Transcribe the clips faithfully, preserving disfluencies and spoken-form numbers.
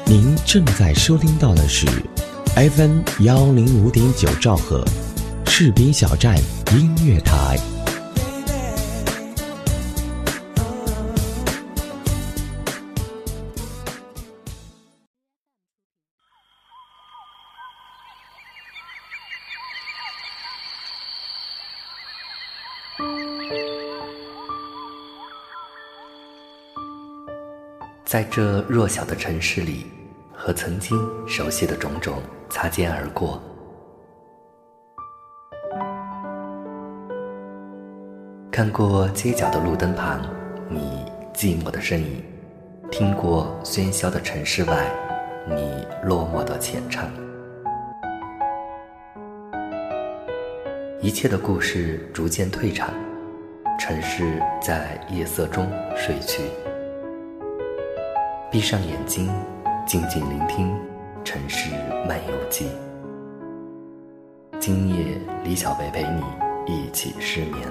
您正在收听到的是 F M 幺零五点九兆赫士兵小站音乐台。 在这弱小的城市里，和曾经熟悉的种种擦肩而过。看过街角的路灯旁你寂寞的身影，听过喧嚣的城市外你落寞的浅唱。一切的故事逐渐退场，城市在夜色中睡去。闭上眼睛，静静聆听城市漫游记。今夜李小北陪你一起失眠。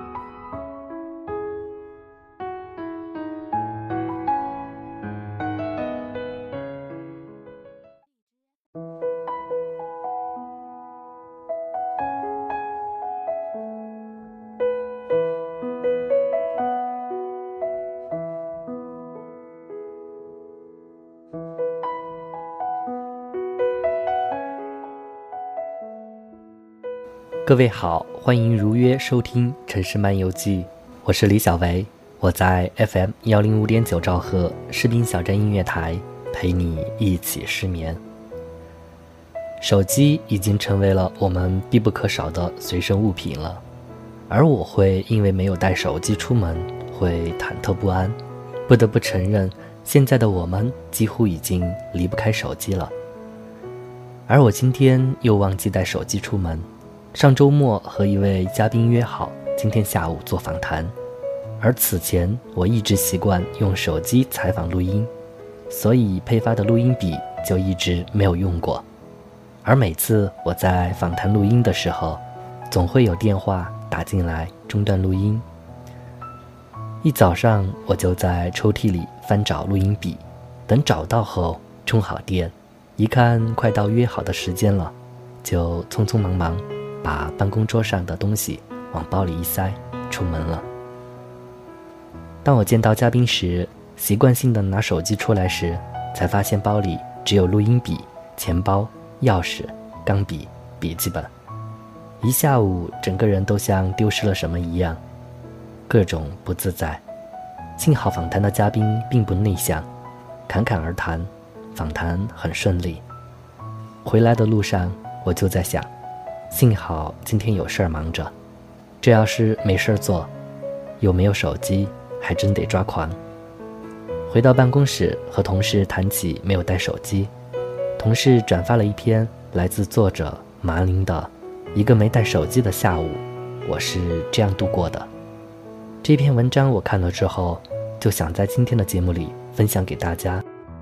各位好，欢迎如约收听城市漫游记，我是李小维，我在 F M 幺零五点九兆赫士兵小站音乐台陪你一起失眠。手机已经成为了我们必不可少的随身物品了，而我会因为没有带手机出门会忐忑不安。不得不承认，现在的我们几乎已经离不开手机了。而我今天又忘记带手机出门。上周末和一位嘉宾约好今天下午做访谈，而此前我一直习惯用手机采访录音，所以配发的录音笔就一直没有用过。而每次我在访谈录音的时候，总会有电话打进来中断录音。一早上我就在抽屉里翻找录音笔，等找到后充好电，一看快到约好的时间了，就匆匆忙忙把办公桌上的东西往包里一塞，出门了。当我见到嘉宾时，习惯性的拿手机出来时，才发现包里只有录音笔、钱包、钥匙、钢笔、笔记本。一下午整个人都像丢失了什么一样，各种不自在。幸好访谈的嘉宾并不内向，侃侃而谈，访谈很顺利。回来的路上我就在想，幸好今天有事儿忙着，这要是没事儿做，又没有手机，还真得抓狂。回到办公室和同事谈起没有带手机，同事转发了一篇来自作者麻林的一个没带手机的下午，我是这样度过的。这篇文章我看了之后，就想在今天的节目里分享给大家。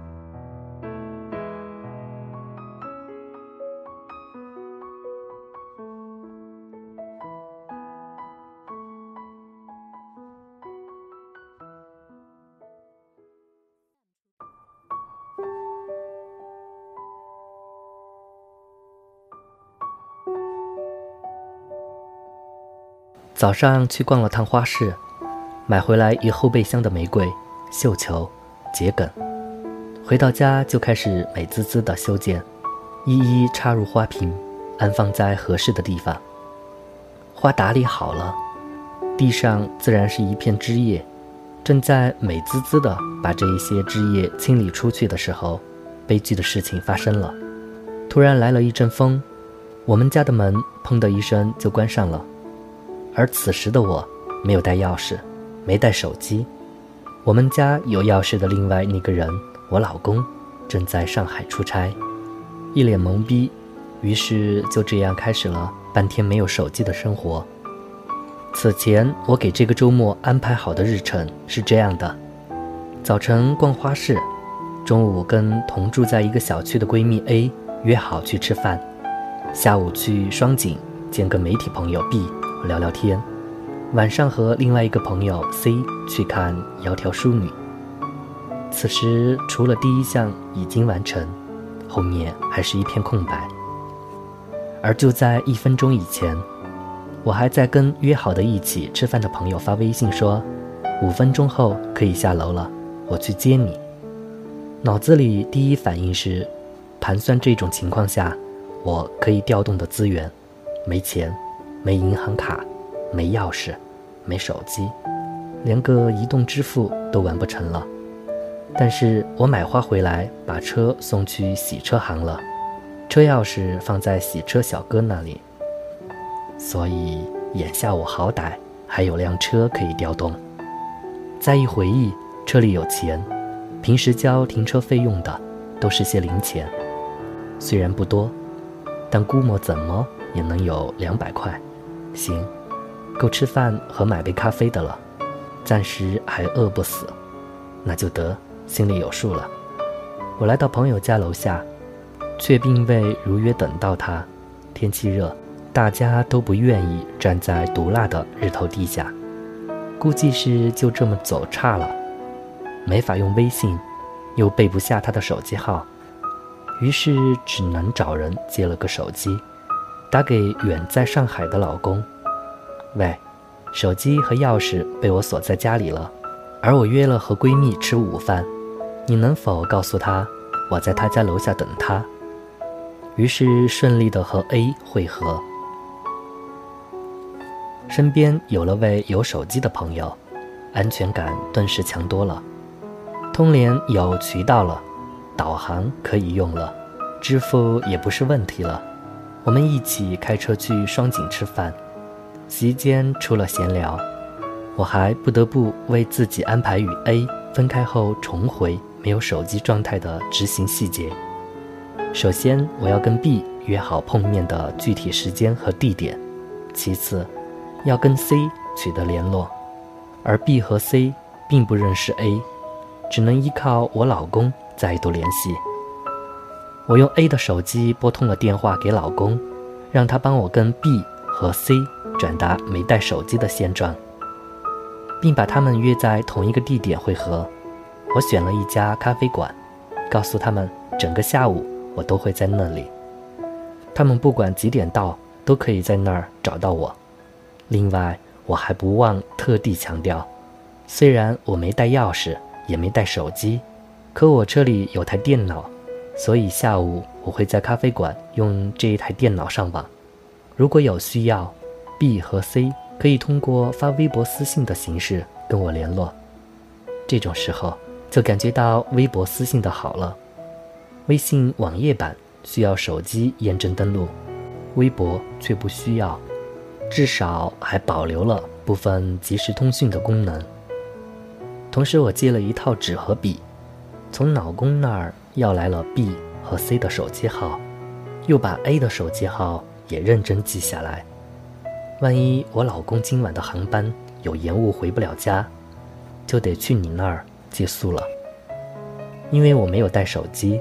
早上去逛了趟花市，买回来一后备箱的玫瑰、绣球、桔梗，回到家就开始美滋滋地修剪，一一插入花瓶，安放在合适的地方。花打理好了，地上自然是一片枝叶，正在美滋滋地把这一些枝叶清理出去的时候，悲剧的事情发生了。突然来了一阵风，我们家的门砰的一声就关上了。而此时的我没有带钥匙，没带手机。我们家有钥匙的另外那个人，我老公，正在上海出差，一脸懵逼。于是就这样开始了半天没有手机的生活。此前我给这个周末安排好的日程是这样的：早晨逛花市，中午跟同住在一个小区的闺蜜 A 约好去吃饭，下午去双井见个媒体朋友 B聊聊天，晚上和另外一个朋友 C 去看窈窕淑女。 此时除了第一项已经完成，后面还是一片空白。而就在一分钟以前，我还在跟约好的一起吃饭的朋友发微信说，五分钟后可以下楼了，我去接你。脑子里第一反应是盘算这种情况下我可以调动的资源，没钱，没银行卡，没钥匙，没手机，连个移动支付都完不成了。但是我买花回来，把车送去洗车行了，车钥匙放在洗车小哥那里，所以眼下我好歹还有辆车可以调动。再一回忆，车里有钱，平时交停车费用的都是些零钱，虽然不多，但估摸怎么也能有两百块，行，够吃饭和买杯咖啡的了，暂时还饿不死，那就得，心里有数了。我来到朋友家楼下，却并未如约等到他。天气热，大家都不愿意站在毒辣的日头地下，估计是就这么走岔了。没法用微信，又背不下他的手机号，于是只能找人借了个手机，打给远在上海的老公。喂，手机和钥匙被我锁在家里了，而我约了和闺蜜吃午饭，你能否告诉她我在她家楼下等她？于是顺利的和 A 会合。身边有了位有手机的朋友，安全感顿时强多了。通联有渠道了，导航可以用了，支付也不是问题了。我们一起开车去双井吃饭，席间除了闲聊，我还不得不为自己安排与 A 分开后重回没有手机状态的执行细节。首先我要跟 B 约好碰面的具体时间和地点，其次要跟 C 取得联络，而 B 和 C 并不认识 A， 只能依靠我老公再度联系。我用 A 的手机拨通了电话给老公，让他帮我跟 B 和 C 转达没带手机的现状，并把他们约在同一个地点会合。我选了一家咖啡馆，告诉他们整个下午我都会在那里，他们不管几点到都可以在那儿找到我。另外我还不忘特地强调，虽然我没带钥匙也没带手机，可我车里有台电脑，所以下午我会在咖啡馆用这一台电脑上网。如果有需要， B 和 C 可以通过发微博私信的形式跟我联络。这种时候就感觉到微博私信的好了。微信网页版需要手机验证登录，微博却不需要，至少还保留了部分即时通讯的功能。同时我借了一套纸和笔，从老公那儿要来了 B 和 C 的手机号，又把 A 的手机号也认真记下来。万一我老公今晚的航班有延误回不了家，就得去你那儿借宿了。因为我没有带手机，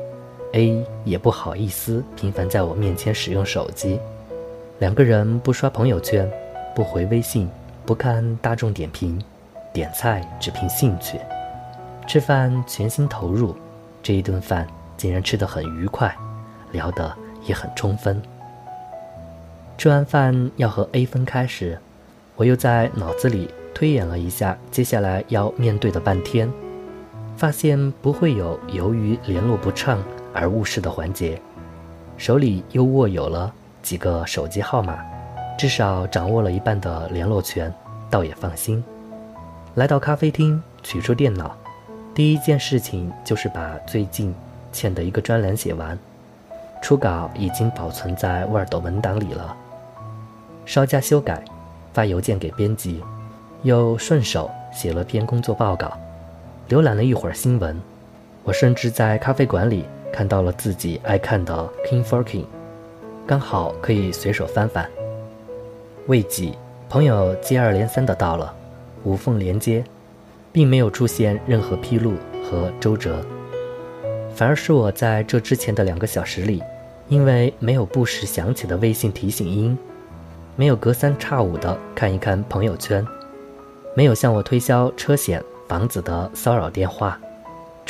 A 也不好意思频繁在我面前使用手机。两个人不刷朋友圈，不回微信，不看大众点评，点菜只凭兴趣，吃饭全心投入。这一顿饭竟然吃得很愉快，聊得也很充分。吃完饭要和 A 分开时，我又在脑子里推演了一下接下来要面对的半天，发现不会有由于联络不畅而误事的环节，手里又握有了几个手机号码，至少掌握了一半的联络权，倒也放心。来到咖啡厅，取出电脑，第一件事情就是把最近欠的一个专栏写完，初稿已经保存在 Word 文档里了，稍加修改，发邮件给编辑，又顺手写了篇工作报告。浏览了一会儿新闻，我甚至在咖啡馆里看到了自己爱看的 King for King， 刚好可以随手翻翻。未几，朋友接二连三的到了，无缝连接，并没有出现任何纰漏和周折，反而是我在这之前的两个小时里，因为没有不时响起的微信提醒音，没有隔三差五的看一看朋友圈，没有向我推销车险房子的骚扰电话，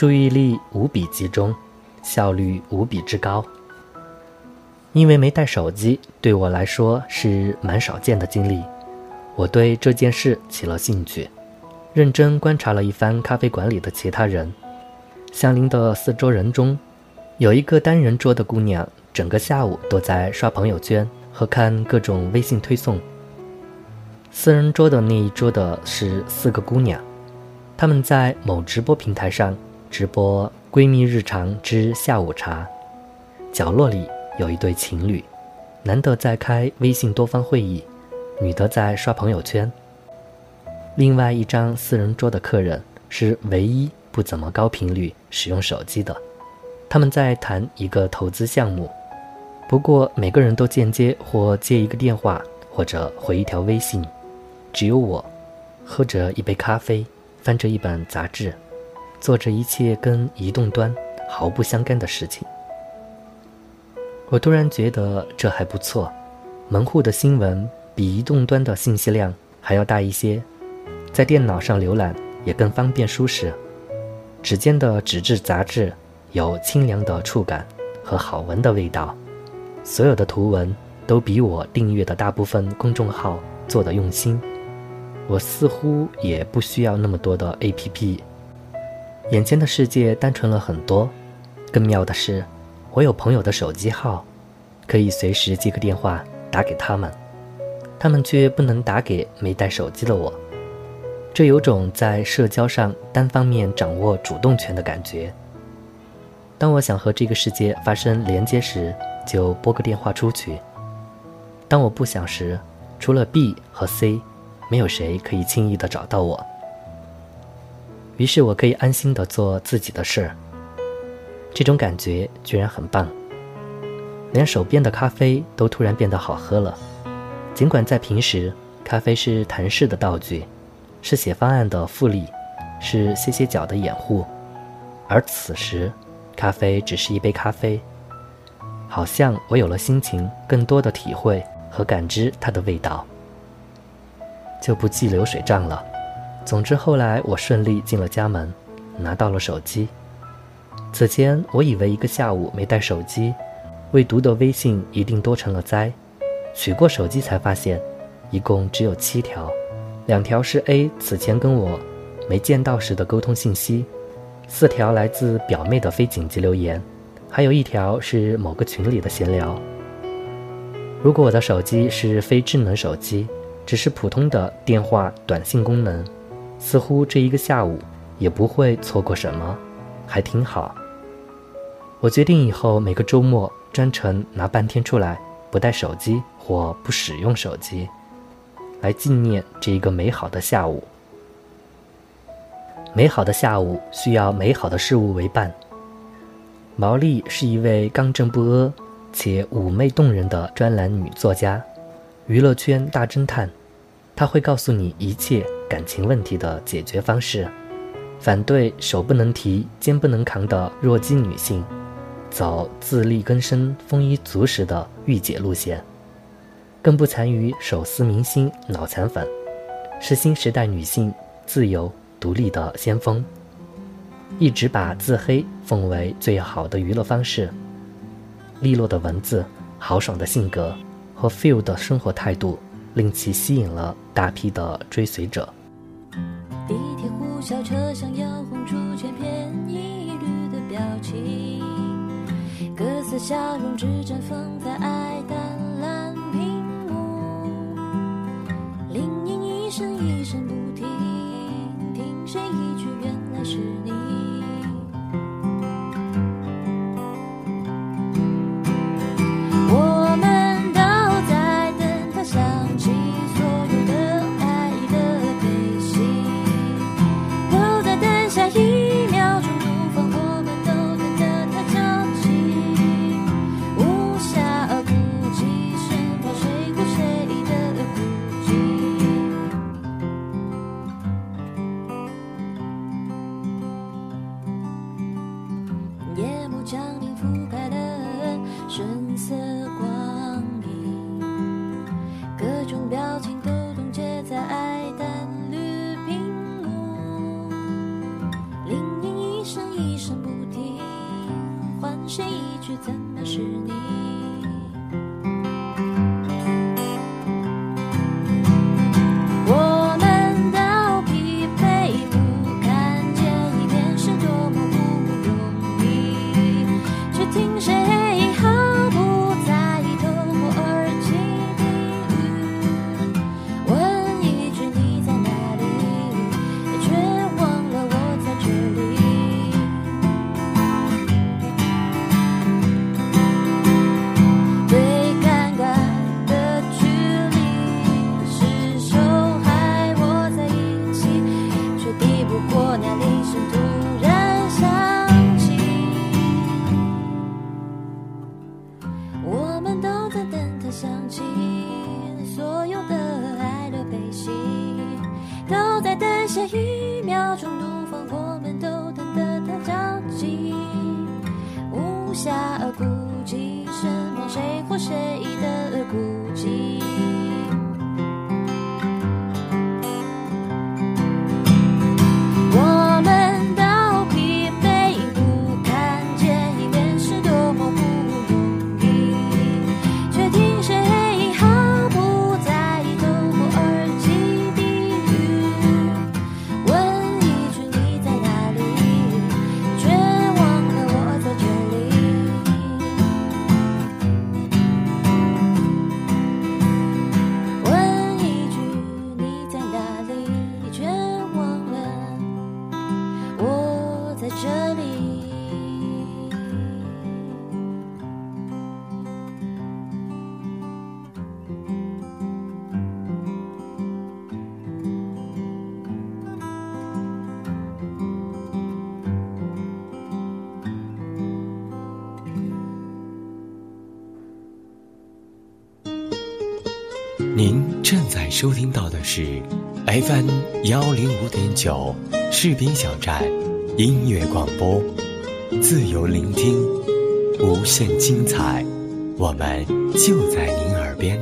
注意力无比集中，效率无比之高。因为没带手机，对我来说是蛮少见的经历，我对这件事起了兴趣，认真观察了一番咖啡馆里的其他人。相邻的四桌人中，有一个单人桌的姑娘，整个下午都在刷朋友圈和看各种微信推送。四人桌的那一桌的是四个姑娘，她们在某直播平台上直播闺蜜日常之下午茶。角落里有一对情侣，男的在开微信多方会议，女的在刷朋友圈。另外一张四人桌的客人是唯一不怎么高频率使用手机的，他们在谈一个投资项目，不过每个人都间接或接一个电话或者回一条微信。只有我喝着一杯咖啡，翻着一本杂志，做着一切跟移动端毫不相干的事情。我突然觉得这还不错，门户的新闻比移动端的信息量还要大一些，在电脑上浏览也更方便舒适。指尖的纸质杂志有清凉的触感和好闻的味道，所有的图文都比我订阅的大部分公众号做得用心。我似乎也不需要那么多的 A P P， 眼前的世界单纯了很多。更妙的是，我有朋友的手机号，可以随时接个电话打给他们，他们却不能打给没带手机的我。这有种在社交上单方面掌握主动权的感觉。当我想和这个世界发生连接时，就拨个电话出去；当我不想时，除了 B 和 C，没有谁可以轻易地找到我。于是我可以安心地做自己的事儿，这种感觉居然很棒。连手边的咖啡都突然变得好喝了，尽管在平时，咖啡是谈事的道具，是写方案的复利，是歇歇脚的掩护，而此时咖啡只是一杯咖啡，好像我有了心情更多的体会和感知它的味道。就不记流水账了。总之后来我顺利进了家门，拿到了手机。此前我以为一个下午没带手机，未读的微信一定多成了灾。取过手机才发现，一共只有七条，两条是 A 此前跟我没见到时的沟通信息，四条来自表妹的非紧急留言，还有一条是某个群里的闲聊。如果我的手机是非智能手机，只是普通的电话短信功能，似乎这一个下午也不会错过什么，还挺好。我决定以后每个周末专程拿半天出来，不带手机或不使用手机，来纪念这一个美好的下午。美好的下午需要美好的事物为伴。毛利是一位刚正不阿且妩媚动人的专栏女作家，娱乐圈大侦探。她会告诉你一切感情问题的解决方式，反对手不能提肩不能扛的弱鸡女性，走自力更生丰衣足食的御姐路线，更不残于手撕明星脑残粉，是新时代女性自由独立的先锋，一直把自黑奉为最好的娱乐方式。利落的文字，豪爽的性格和 feel 的生活态度，令其吸引了大批的追随者。 地铁呼啸，车厢摇晃出千篇一律的表情，各色笑容只绽放在爱淡蓝屏幕，铃音一声一声不停，听谁一句原来是你。我们都在等它响起，所有的爱的悲喜，都在等下一秒钟怒放，我们都等着它交集，无暇而顾及谁一句怎么是你？我们到疲惫，不看见一面是多么不容易，却听谁毫不在意透过耳机低语，问一句你在哪里，却忘了我在这里。最尴尬的距离是手还握在一起，却抵不过那铃声突然响起。我们都在等它响起，所有的爱的悲喜都在等下一秒钟怒放，我们都等得太着急，无暇而顾及身旁谁或谁的孤寂。我们到疲惫，不看见一面是多么不容易，却听谁毫不在意透过耳机低语，问一句你在哪里，却忘了我在这里。问一句你在哪里，却忘了我在这里。 您正在收听到的是 F M 幺零五点九士兵小站音乐广播，自由聆听，无限精彩，我们就在您耳边。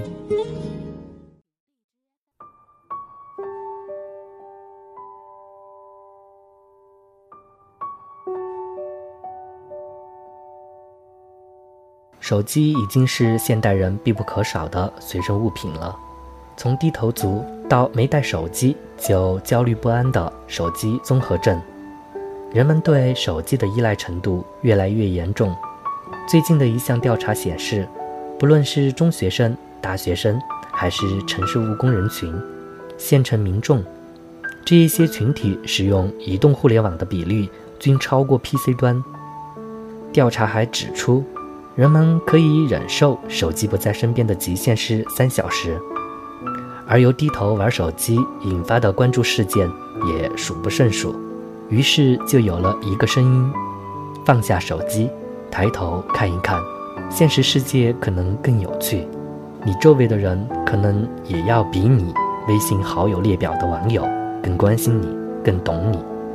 手机已经是现代人必不可少的随身物品了。从低头族到没带手机就焦虑不安的手机综合症，人们对手机的依赖程度越来越严重。最近的一项调查显示，不论是中学生、大学生，还是城市务工人群、县城民众，这一些群体使用移动互联网的比率均超过 P C 端。调查还指出，人们可以忍受手机不在身边的极限是三小时，而由低头玩手机引发的关注事件也数不胜数。于是就有了一个声音：放下手机，抬头看一看，现实世界可能更有趣，你周围的人可能也要比你微信好友列表的网友更关心你，更懂你。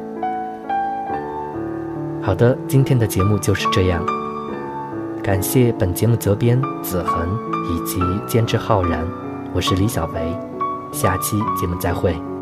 好的，今天的节目就是这样，感谢本节目责编子恒以及监制浩然，我是李小维，下期节目再会。